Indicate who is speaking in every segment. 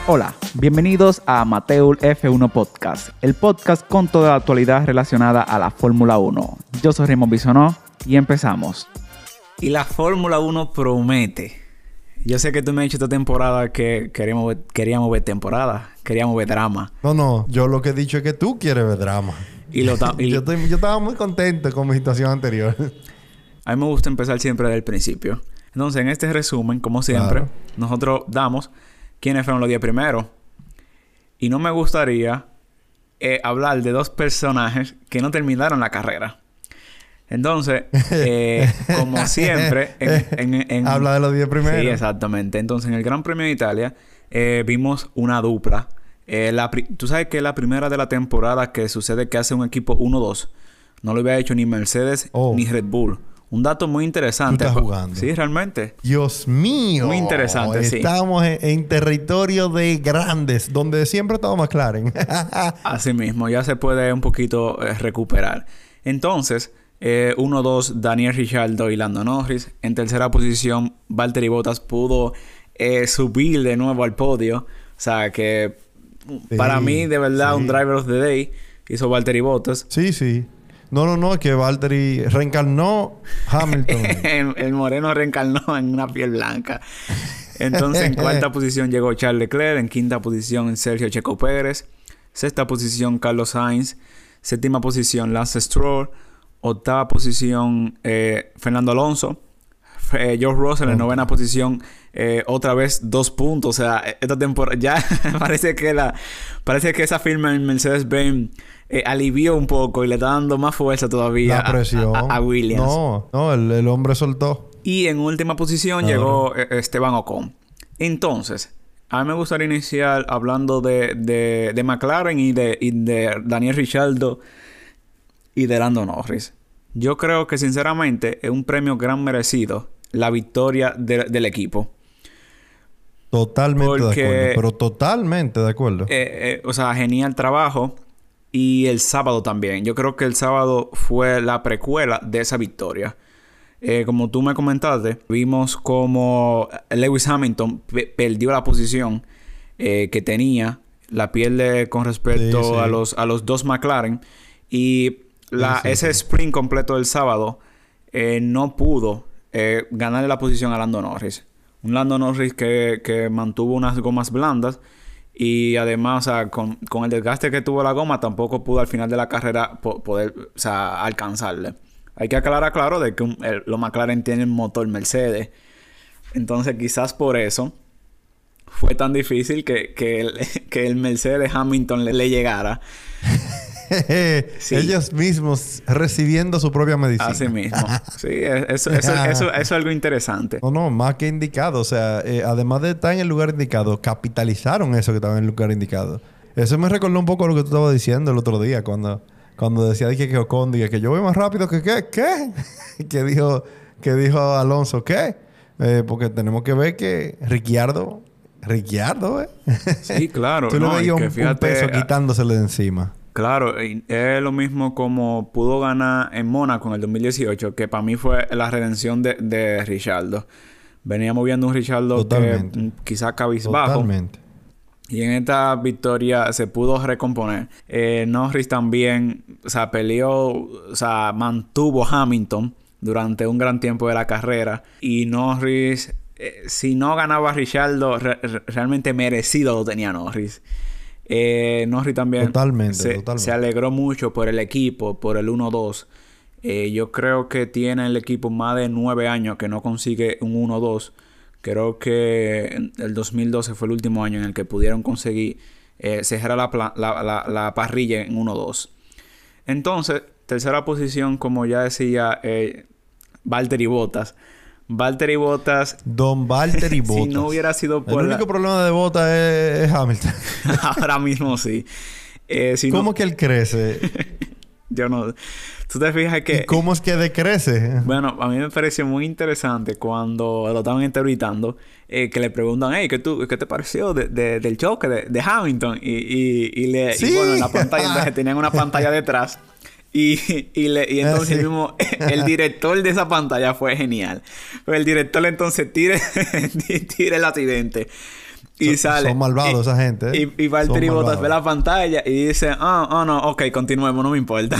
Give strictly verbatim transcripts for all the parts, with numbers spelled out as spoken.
Speaker 1: Hola, bienvenidos a Amateur F uno Podcast, el podcast con toda la actualidad relacionada a la Fórmula uno. Yo soy Raymond Bisonó y empezamos.
Speaker 2: Y la Fórmula uno promete. Yo sé que tú me has dicho esta temporada que queríamos ver, queríamos ver temporada, queríamos ver drama.
Speaker 3: No, no, yo lo que he dicho es que tú quieres ver drama.
Speaker 2: Y lo ta- y
Speaker 3: yo, estoy, yo estaba muy contento con mi situación anterior.
Speaker 2: A mí me gusta empezar siempre desde el principio. Entonces, en este resumen, como siempre, claro, nosotros damos quiénes fueron los diez primeros. Y no me gustaría eh, hablar de dos personajes que no terminaron la carrera. Entonces, eh, como siempre... En, en, en,
Speaker 3: Habla de los diez primeros.
Speaker 2: Sí, exactamente. Entonces, en el Gran Premio de Italia, eh, vimos una dupla. Eh, la pri- Tú sabes que es la primera de la temporada que sucede que hace un equipo uno dos. No lo había hecho ni Mercedes
Speaker 3: oh.
Speaker 2: ni Red Bull. Un dato muy interesante.
Speaker 3: ¿Tú estás jugando?
Speaker 2: Sí, realmente.
Speaker 3: Dios mío.
Speaker 2: Muy interesante, sí.
Speaker 3: Estamos en, en territorio de grandes, donde siempre estaba McLaren.
Speaker 2: Así mismo. Ya se puede un poquito eh, recuperar. Entonces, eh, uno dos, Daniel Ricciardo y Lando Norris. En tercera posición, Valtteri Bottas pudo eh, subir de nuevo al podio. O sea, que sí, para mí, de verdad, sí, un Driver of the Day hizo Valtteri Bottas.
Speaker 3: Sí, sí. No, no, no, es que Valtteri reencarnó Hamilton.
Speaker 2: el, el moreno reencarnó en una piel blanca. Entonces, en cuarta posición llegó Charles Leclerc. En quinta posición, Sergio Checo Pérez. Sexta posición, Carlos Sainz. Séptima posición, Lance Stroll. Octava posición, eh, Fernando Alonso. Eh, George Russell en novena posición. Eh, otra vez dos puntos. O sea, esta temporada ya parece que la parece que esa firma en Mercedes-Benz eh, alivió un poco y le está dando más fuerza todavía
Speaker 3: la presión.
Speaker 2: A, a, a Williams.
Speaker 3: No, no, el, el hombre soltó.
Speaker 2: Y en última posición claro, llegó eh, Esteban Ocon. Entonces, a mí me gustaría iniciar hablando de, de, de McLaren y de, y de Daniel Ricciardo y de Lando Norris. Yo creo que sinceramente es un premio gran merecido la victoria de, del equipo.
Speaker 3: Totalmente
Speaker 2: Porque,
Speaker 3: de acuerdo. Pero totalmente de acuerdo.
Speaker 2: Eh, eh, o sea, genial trabajo. Y el sábado también. Yo creo que el sábado fue la precuela de esa victoria. Eh, como tú me comentaste, vimos como Lewis Hamilton pe- perdió la posición eh, que tenía. La pierde con respecto sí, sí. a los a los dos McLaren. Y la, sí, sí, ese sí. sprint completo del sábado eh, no pudo eh, ganarle la posición a Lando Norris. Un Lando Norris que, que mantuvo unas gomas blandas. Y además, o sea, con, con el desgaste que tuvo la goma, tampoco pudo al final de la carrera po- poder, o sea, alcanzarle. Hay que aclarar, claro, de que un, el, los McLaren tienen motor Mercedes. Entonces, quizás por eso fue tan difícil que, que, el, que el Mercedes de Hamilton le, le llegara.
Speaker 3: Sí. Ellos mismos recibiendo su propia medicina.
Speaker 2: Así mismo. Sí, eso, eso, eso, eso es algo interesante.
Speaker 3: No, no, más que indicado. O sea, eh, además de estar en el lugar indicado, capitalizaron eso que estaba en el lugar indicado. Eso me recordó un poco lo que tú estabas diciendo el otro día, cuando, cuando decía que, que Ocon diga que yo voy más rápido que qué, ¿qué? que dijo, que dijo Alonso, ¿qué? Eh, porque tenemos que ver que Ricciardo, Ricciardo, ¿eh?
Speaker 2: Sí, claro.
Speaker 3: Tú
Speaker 2: no,
Speaker 3: le veías un,
Speaker 2: fíjate,
Speaker 3: un peso quitándosele de encima.
Speaker 2: Claro, es lo mismo como pudo ganar en Mónaco en el dos mil dieciocho, que para mí fue la redención de, de Ricciardo. Veníamos viendo un Ricciardo Totalmente. que quizás cabizbajo.
Speaker 3: Totalmente.
Speaker 2: Y en esta victoria se pudo recomponer. Eh, Norris también, o sea, peleó, o sea, mantuvo Hamilton durante un gran tiempo de la carrera. Y Norris, eh, si no ganaba Ricciardo, re- re- realmente merecido lo tenía Norris. Eh, Norris también
Speaker 3: totalmente,
Speaker 2: se,
Speaker 3: totalmente.
Speaker 2: se alegró mucho por el equipo, por el uno dos. Eh, yo creo que tiene el equipo más de nueve años que no consigue un uno dos. Creo que el dos mil doce fue el último año en el que pudieron conseguir eh, cerrar la, pla- la, la, la parrilla en uno dos. Entonces, tercera posición, como ya decía, eh, Valtteri Bottas. Valtteri Bottas...
Speaker 3: Don Valtteri Bottas.
Speaker 2: Si no hubiera sido por
Speaker 3: El
Speaker 2: la...
Speaker 3: único problema de Bottas es, es Hamilton.
Speaker 2: Ahora mismo sí. Eh, si
Speaker 3: ¿Cómo
Speaker 2: no...
Speaker 3: que él crece?
Speaker 2: Yo no... Tú te fijas que...
Speaker 3: ¿Y cómo es que decrece?
Speaker 2: Bueno, a mí me pareció muy interesante cuando lo estaban entrevistando, eh, que le preguntan, hey, ¿qué, tú, ¿qué te pareció de, de, del choque de, de Hamilton? Y, y, y, le,
Speaker 3: ¿Sí?
Speaker 2: y bueno, en la pantalla, entonces tenían una pantalla detrás. Y, y, le, y entonces
Speaker 3: sí.
Speaker 2: mismo el director de esa pantalla fue genial. Pues el director entonces tira, tira el accidente. Y
Speaker 3: son,
Speaker 2: sale.
Speaker 3: Son malvados
Speaker 2: y,
Speaker 3: esa gente. ¿eh?
Speaker 2: Y, y Valtteri Bottas ve la pantalla y dice, ah, oh, oh, no, ok, continuemos, no me importa.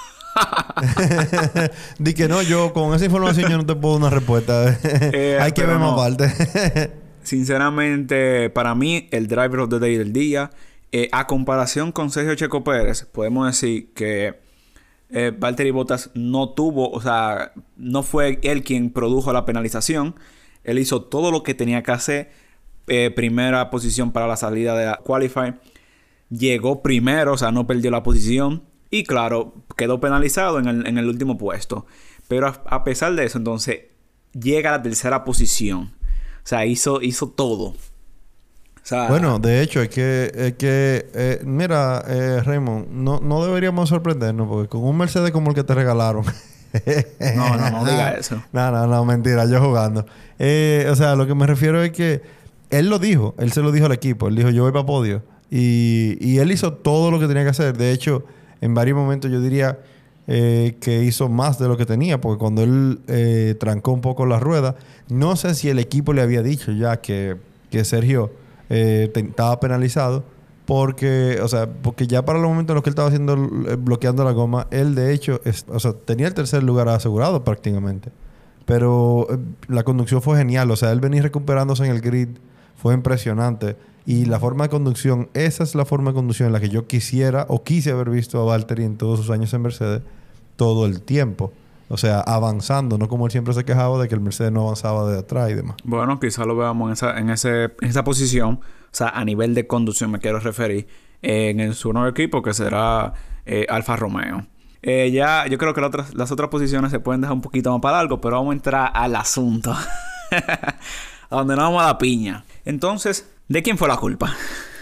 Speaker 3: Di que no, yo con esa información yo no te puedo dar una respuesta. eh, Hay que ver no. más parte.
Speaker 2: Sinceramente, para mí, el driver of the day del día, eh, a comparación con Sergio Checo Pérez, podemos decir que eh, Valtteri Bottas no tuvo, o sea, no fue él quien produjo la penalización. Él hizo todo lo que tenía que hacer. Eh, primera posición para la salida de la Qualify. Llegó primero, o sea, no perdió la posición. Y claro, quedó penalizado en el, en el último puesto. Pero a, a pesar de eso, entonces, llega a la tercera posición. O sea, hizo, hizo todo. O sea,
Speaker 3: bueno, de hecho, es que... Es que eh, mira, eh, Raymond, no, no deberíamos sorprendernos. Porque con un Mercedes como el que te regalaron...
Speaker 2: no, no, no diga eso.
Speaker 3: No, no, no, mentira. Yo jugando. Eh, o sea, lo que me refiero es que... Él lo dijo. Él se lo dijo al equipo. Él dijo, yo voy para podio. Y, y él hizo todo lo que tenía que hacer. De hecho... En varios momentos yo diría eh, que hizo más de lo que tenía. Porque cuando él eh, trancó un poco la rueda... No sé si el equipo le había dicho ya que, que Sergio eh, te, estaba penalizado. Porque... O sea, porque ya para los momentos en los que él estaba haciendo... Bloqueando la goma... Él de hecho... Es, o sea, tenía el tercer lugar asegurado prácticamente. Pero eh, la conducción fue genial. O sea, él venía recuperándose en el grid. Fue impresionante. Y la forma de conducción, esa es la forma de conducción en la que yo quisiera o quise haber visto a Valtteri en todos sus años en Mercedes todo el tiempo. O sea, avanzando, no como él siempre se quejaba de que el Mercedes no avanzaba de atrás y demás.
Speaker 2: Bueno, quizá lo veamos en esa, en ese, en esa posición. O sea, a nivel de conducción me quiero referir. Eh, en su nuevo equipo que será eh, Alfa Romeo. Eh, ya, yo creo que la otras, las otras posiciones se pueden dejar un poquito más para largo, pero vamos a entrar al asunto. A donde nos vamos a la piña. Entonces... ¿De quién fue la culpa?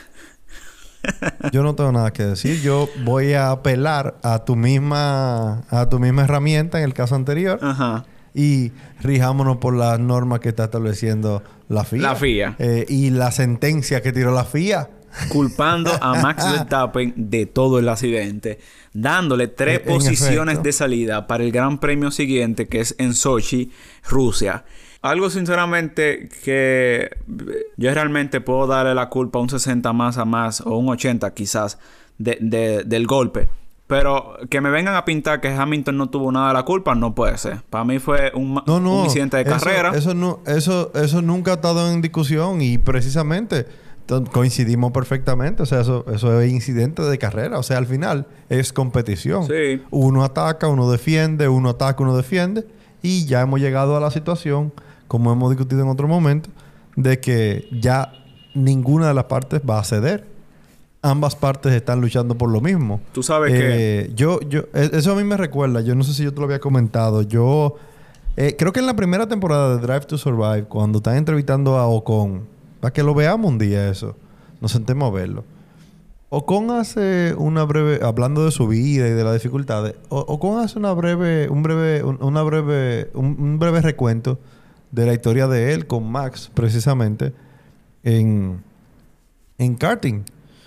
Speaker 3: Yo no tengo nada que decir. Yo voy a apelar a tu misma a tu misma herramienta en el caso anterior.
Speaker 2: Ajá.
Speaker 3: Y rijámonos por las normas que está estableciendo la F I A.
Speaker 2: La F I A.
Speaker 3: Eh, y la sentencia que tiró la F I A.
Speaker 2: Culpando a Max Verstappen de todo el accidente. Dándole tres eh, posiciones de salida para el Gran Premio siguiente, que es en Sochi, Rusia. Algo sinceramente que yo realmente puedo darle la culpa a un sesenta más a más o un ochenta quizás de, de, del golpe. Pero que me vengan a pintar que Hamilton no tuvo nada de la culpa, no puede ser. Para mí fue un,
Speaker 3: no, no,
Speaker 2: un incidente de
Speaker 3: eso,
Speaker 2: carrera.
Speaker 3: Eso, no, eso, eso nunca ha estado en discusión y precisamente coincidimos perfectamente. O sea, eso, eso es incidente de carrera. O sea, al final es competición.
Speaker 2: Sí.
Speaker 3: Uno ataca, uno defiende, uno ataca, uno defiende. Y ya hemos llegado a la situación, como hemos discutido en otro momento, de que ya ninguna de las partes va a ceder. Ambas partes están luchando por lo mismo.
Speaker 2: Tú sabes
Speaker 3: eh,
Speaker 2: que...
Speaker 3: Yo, yo... Eso a mí me recuerda. Yo no sé si yo te lo había comentado. Yo... Eh, creo que en la primera temporada de Drive to Survive, cuando están entrevistando a Ocon, para que lo veamos un día eso, nos sentemos a verlo. Ocon hace una breve... Hablando de su vida y de las dificultades, o, Ocon hace una breve... Un breve... Un, una breve... Un, un breve recuento de la historia de él con Max, precisamente, en... En karting.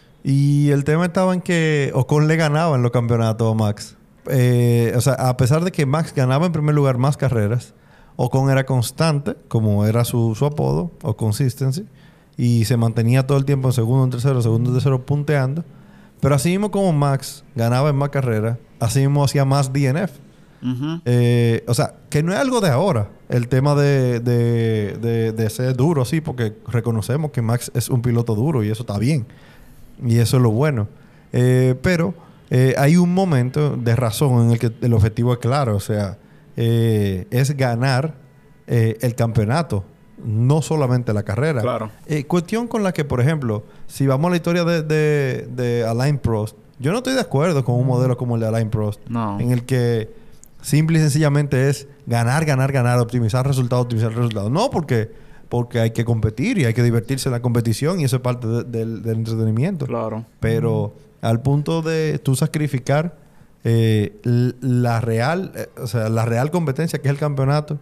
Speaker 3: Y el tema estaba en que Ocon le ganaba en los campeonatos a Max. Eh, o sea, a pesar de que Max ganaba en primer lugar más carreras, Ocon era constante, como era su, su apodo, o consistency, y se mantenía todo el tiempo en segundo, en tercero, segundo, en tercero, punteando. Pero así mismo como Max ganaba en más carreras, así mismo hacía más D N F. Uh-huh. Eh, o sea, que no es algo de ahora, el tema de, de, de, de ser duro, sí, porque reconocemos que Max es un piloto duro y eso está bien. Y eso es lo bueno. Eh, pero eh, hay un momento de razón en el que el objetivo es claro. O sea, eh, es ganar eh, el campeonato, no solamente la carrera.
Speaker 2: Claro.
Speaker 3: Eh, cuestión con la que, por ejemplo, si vamos a la historia de, de, de Alain Prost, yo no estoy de acuerdo con un modelo como el de Alain Prost.
Speaker 2: No.
Speaker 3: En el que simple y sencillamente es ganar, ganar, ganar, optimizar resultados, optimizar resultados. No, porque... Porque hay que competir y hay que divertirse en la competición y eso es parte de, de, del entretenimiento.
Speaker 2: Claro.
Speaker 3: Pero mm. al punto de tú sacrificar eh, la real, eh, o sea, la real competencia que es el campeonato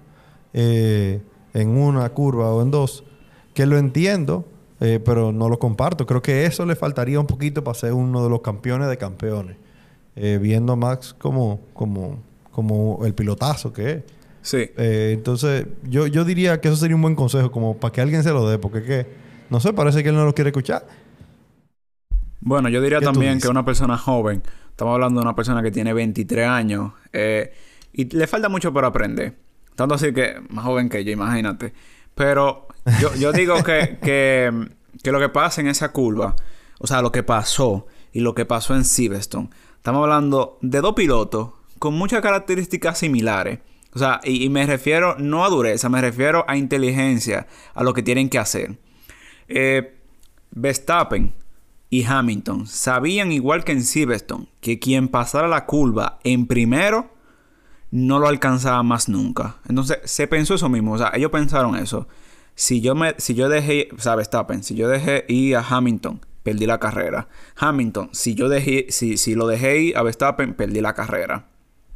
Speaker 3: eh, en una curva o en dos, que lo entiendo, eh, pero no lo comparto. Creo que eso le faltaría un poquito para ser uno de los campeones de campeones. Eh, viendo a Max como, como, como el pilotazo que es.
Speaker 2: Sí.
Speaker 3: Eh, entonces, yo, yo diría que eso sería un buen consejo como para que alguien se lo dé, porque es que No sé, parece que él no lo quiere escuchar.
Speaker 2: Bueno, yo diría
Speaker 3: ¿Qué tú
Speaker 2: también
Speaker 3: dices?
Speaker 2: que una persona joven, estamos hablando de una persona que tiene veintitrés años, eh, y le falta mucho por aprender. Tanto así que más joven que yo, imagínate. Pero yo, yo digo que, que, que lo que pasa en esa curva, o sea, lo que pasó y lo que pasó en Silverstone, estamos hablando de dos pilotos con muchas características similares. O sea, y, y me refiero no a dureza, me refiero a inteligencia, a lo que tienen que hacer. Eh, Verstappen y Hamilton sabían, igual que en Silverstone, que quien pasara la curva en primero no lo alcanzaba más nunca. Entonces se pensó eso mismo. O sea, ellos pensaron eso. Si yo me, si yo dejé, o sea, Verstappen, si yo dejé ir a Hamilton, perdí la carrera. Hamilton, si yo dejé, si, si lo dejé ir a Verstappen, perdí la carrera.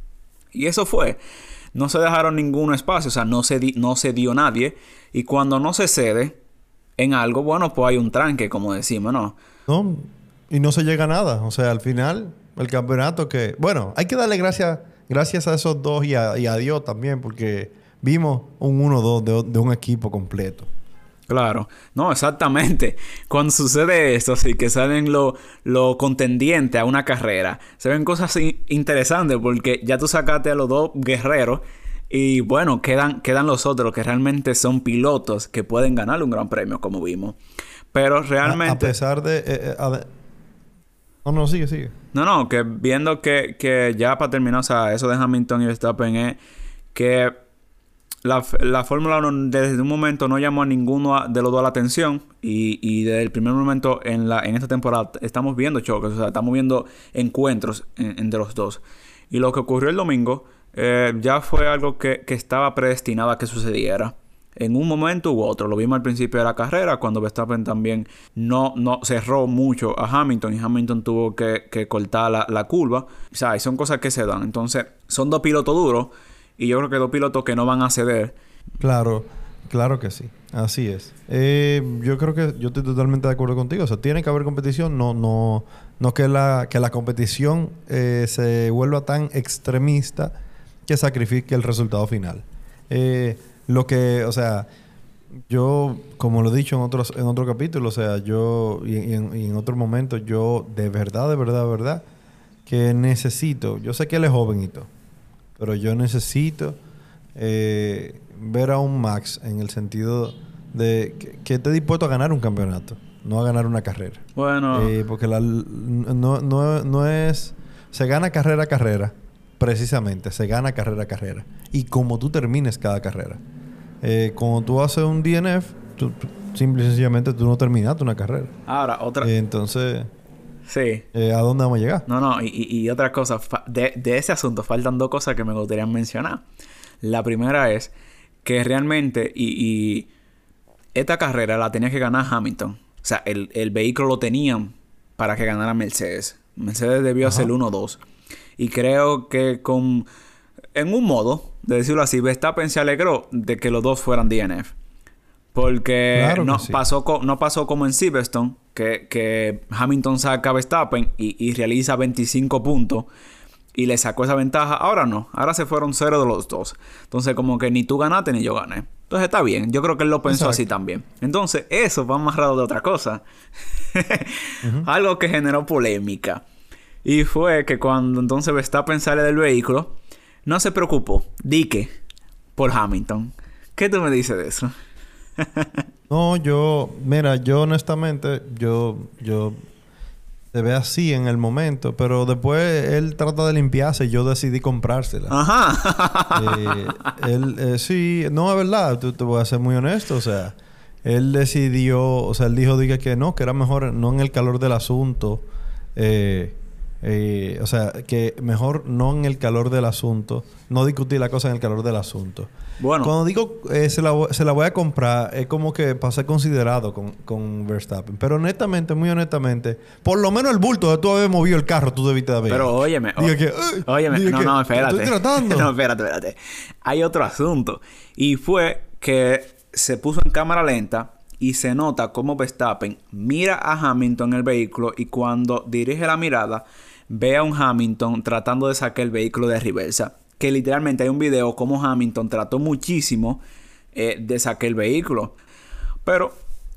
Speaker 2: Y eso fue. No se dejaron ningún espacio. O sea, no se, di, no se dio nadie. Y cuando no se cede en algo, bueno, pues hay un tranque, como decimos, ¿no?
Speaker 3: No, y no se llega a nada. O sea, al final, el campeonato que... Bueno, hay que darle gracias, gracias a esos dos y a, y a Dios también, porque vimos un uno dos de, de un equipo completo.
Speaker 2: Claro. No, exactamente. Cuando sucede esto, así que salen los lo contendientes a una carrera, se ven cosas in- interesantes porque ya tú sacaste a los dos guerreros y bueno, quedan, quedan los otros que realmente son pilotos que pueden ganar un gran premio, como vimos. Pero realmente...
Speaker 3: A, a pesar de... Eh, eh, a de... No, no, sigue, sigue.
Speaker 2: No, no, que viendo que, que ya para terminar, o sea, eso de Hamilton y Verstappen es que la, la Fórmula uno desde un momento no llamó a ninguno de los dos la atención y, y desde el primer momento en, la, en esta temporada estamos viendo choques, o sea, estamos viendo encuentros en, entre los dos. Y lo que ocurrió el domingo eh, ya fue algo que, que estaba predestinado a que sucediera. En un momento u otro. Lo vimos al principio de la carrera, cuando Verstappen también no, no cerró mucho a Hamilton y Hamilton tuvo que, que cortar la, la curva. O sea, y son cosas que se dan. Entonces, son dos pilotos duros y yo creo que dos pilotos que no van a ceder.
Speaker 3: Claro, claro que sí. Así es. Eh, yo creo que yo estoy totalmente de acuerdo contigo. O sea, tiene que haber competición. No, no, no que la, que la competición eh, se vuelva tan extremista que sacrifique el resultado final. Eh... Lo que, o sea, yo, como lo he dicho en otros, en otro capítulo, o sea, yo, y, y en, y en otro momento, yo de verdad, de verdad, de verdad, que necesito, yo sé que él es jovenito, pero yo necesito eh, ver a un Max en el sentido de que, que esté dispuesto a ganar un campeonato, no a ganar una carrera.
Speaker 2: Bueno.
Speaker 3: Eh, porque la, no, no, no es, se gana carrera a carrera. Precisamente, se gana carrera a carrera. Y como tú termines cada carrera. Eh, cuando tú haces un D N F, tú, tú, simple y sencillamente tú no terminaste una carrera.
Speaker 2: Ahora, otra...
Speaker 3: Eh, entonces...
Speaker 2: Sí.
Speaker 3: Eh, ¿A dónde vamos a llegar?
Speaker 2: No, no. Y, y, y otra cosa. De, de ese asunto faltan dos cosas que me gustaría mencionar. La primera es que realmente... Y, y esta carrera la tenía que ganar Hamilton. O sea, el, el vehículo lo tenían para que ganara Mercedes. Mercedes debió
Speaker 3: Ajá.
Speaker 2: hacer el uno dos. Y creo que con... En un modo, de decirlo así, Verstappen se alegró de que los dos fueran D N F. Porque
Speaker 3: Claro que
Speaker 2: no,
Speaker 3: sí.
Speaker 2: pasó co- no pasó como en Silverstone, que, que Hamilton saca a Verstappen y, y realiza veinticinco puntos y le sacó esa ventaja. Ahora no. Ahora se fueron cero de los dos. Entonces, como que ni tú ganaste ni yo gané. Entonces, está bien. Yo creo que él lo pensó
Speaker 3: Exacto.
Speaker 2: así también. Entonces, eso va amarrado de otra cosa.
Speaker 3: Uh-huh.
Speaker 2: Algo que generó polémica. Y fue que cuando entonces Verstappen sale del vehículo, no se preocupó, dique, por Hamilton. ¿Qué tú me dices de eso?
Speaker 3: No, yo... Mira, yo honestamente... Yo... Yo... Se ve así en el momento. Pero después él trata de limpiarse y yo decidí comprársela.
Speaker 2: Ajá.
Speaker 3: eh, él... Eh, sí... No, es verdad. Te, te voy a ser muy honesto. O sea... Él decidió... O sea, él dijo... Diga que no. Que era mejor... No en el calor del asunto... Eh... Eh, o sea, que mejor no en el calor del asunto, no discutir la cosa en el calor del asunto.
Speaker 2: Bueno.
Speaker 3: Cuando digo eh, se, la, se la voy a comprar, es como que para ser considerado con, con Verstappen. Pero honestamente, muy honestamente, por lo menos el bulto de tú haber movido el carro, tú debiste de haber.
Speaker 2: Pero óyeme,
Speaker 3: Diga
Speaker 2: ó-
Speaker 3: que, "Ay",
Speaker 2: óyeme,
Speaker 3: diga
Speaker 2: no,
Speaker 3: que,
Speaker 2: no, espérate.
Speaker 3: "Te estoy tratando".
Speaker 2: No, espérate, espérate. Hay otro asunto. Y fue que se puso en cámara lenta y se nota cómo Verstappen mira a Hamilton en el vehículo y cuando dirige la mirada ve a un Hamilton tratando de sacar el vehículo de reversa. Que literalmente hay un video como Hamilton trató muchísimo eh, de sacar el vehículo. Pero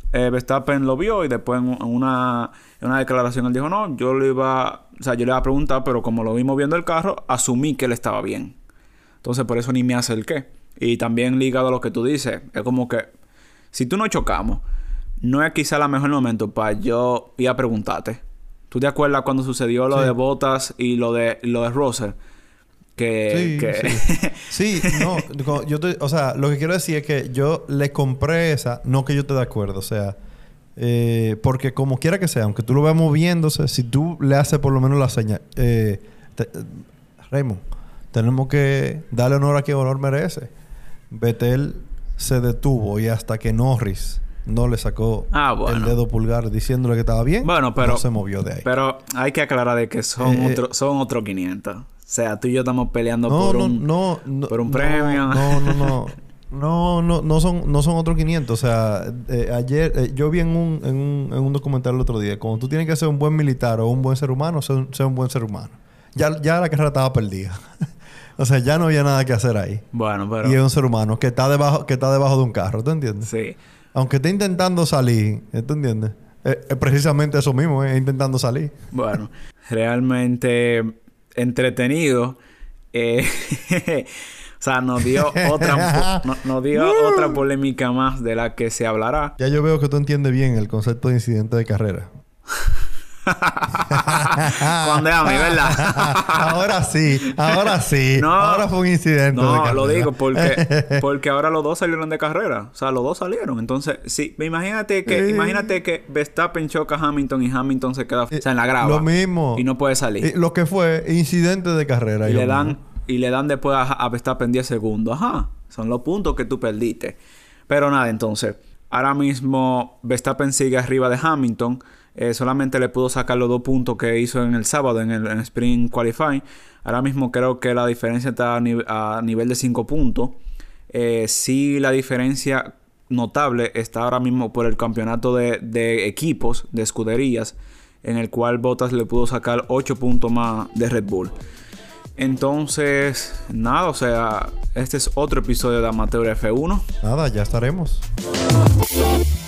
Speaker 2: eh, Verstappen lo vio y después en una, en una declaración él dijo, no, yo le iba, o sea, yo le iba a preguntar, pero como lo vimos viendo el carro, asumí que él estaba bien. Entonces, por eso ni me acerqué. Y también ligado a lo que tú dices, es como que si tú no chocamos, no es quizá el mejor momento para yo ir a preguntarte. ¿Tú te acuerdas cuando sucedió lo
Speaker 3: sí.
Speaker 2: de Bottas y lo de lo de Russell? Que...
Speaker 3: Sí,
Speaker 2: que...
Speaker 3: sí. sí, no. Yo te, o sea, lo que quiero decir es que yo le compré esa... No que yo esté de acuerdo. O sea... Eh, porque como quiera que sea, aunque tú lo veas moviéndose, si tú le haces por lo menos la señal... Eh, te, Raymond, tenemos que darle honor a quien honor merece. Vettel se detuvo y hasta que Norris no le sacó
Speaker 2: ah, bueno.
Speaker 3: el dedo pulgar diciéndole que estaba bien,
Speaker 2: bueno, pero,
Speaker 3: no se movió de ahí.
Speaker 2: Pero hay que aclarar de que son
Speaker 3: eh,
Speaker 2: otros son otros quinientos. O sea, tú y yo estamos peleando
Speaker 3: no,
Speaker 2: por,
Speaker 3: no,
Speaker 2: un,
Speaker 3: no, no,
Speaker 2: por un
Speaker 3: no,
Speaker 2: premio.
Speaker 3: No, no, no. No, no, no son, no son otros quinientos. O sea, eh, ayer eh, yo vi en un, en, un, en un documental el otro día, cuando tú tienes que ser un buen militar o un buen ser humano, ser, ser un buen ser humano. Ya, ya la carrera estaba perdida. O sea, ya no había nada que hacer ahí.
Speaker 2: Bueno, pero...
Speaker 3: Y es un ser humano que está debajo, que está debajo de un carro, ¿tú entiendes?
Speaker 2: Sí.
Speaker 3: Aunque esté intentando salir, ¿tú entiendes? Es, es precisamente eso mismo, es intentando salir.
Speaker 2: Bueno, realmente entretenido. Eh, o sea, nos dio otra no, nos dio otra polémica más de la que se hablará.
Speaker 3: Ya yo veo que tú entiendes bien el concepto de incidente de carrera.
Speaker 2: Cuando es a mí, ¿verdad?
Speaker 3: Ahora sí, ahora sí.
Speaker 2: No,
Speaker 3: ahora fue un incidente.
Speaker 2: No,
Speaker 3: de carrera.
Speaker 2: lo digo porque, porque ahora los dos salieron de carrera. O sea, los dos salieron. Entonces, sí, imagínate que,
Speaker 3: sí.
Speaker 2: imagínate que Verstappen choca a Hamilton y Hamilton se queda, o sea, en la grava.
Speaker 3: Lo mismo.
Speaker 2: Y no puede salir.
Speaker 3: Y lo que fue incidente de carrera.
Speaker 2: Y le dan,
Speaker 3: mismo.
Speaker 2: y le dan después a, a Verstappen diez segundos. Ajá. Son los puntos que tú perdiste. Pero nada, entonces, ahora mismo Verstappen sigue arriba de Hamilton. Eh, solamente le pudo sacar los dos puntos que hizo en el sábado en el en Sprint Qualifying. Ahora mismo creo que la diferencia está a, ni- a nivel de cinco puntos. Eh, sí, la diferencia notable está ahora mismo por el campeonato de, de equipos, de escuderías, en el cual Bottas le pudo sacar ocho puntos más de Red Bull. Entonces, nada, o sea, este es otro episodio de Amateur F uno.
Speaker 3: Nada, ya estaremos.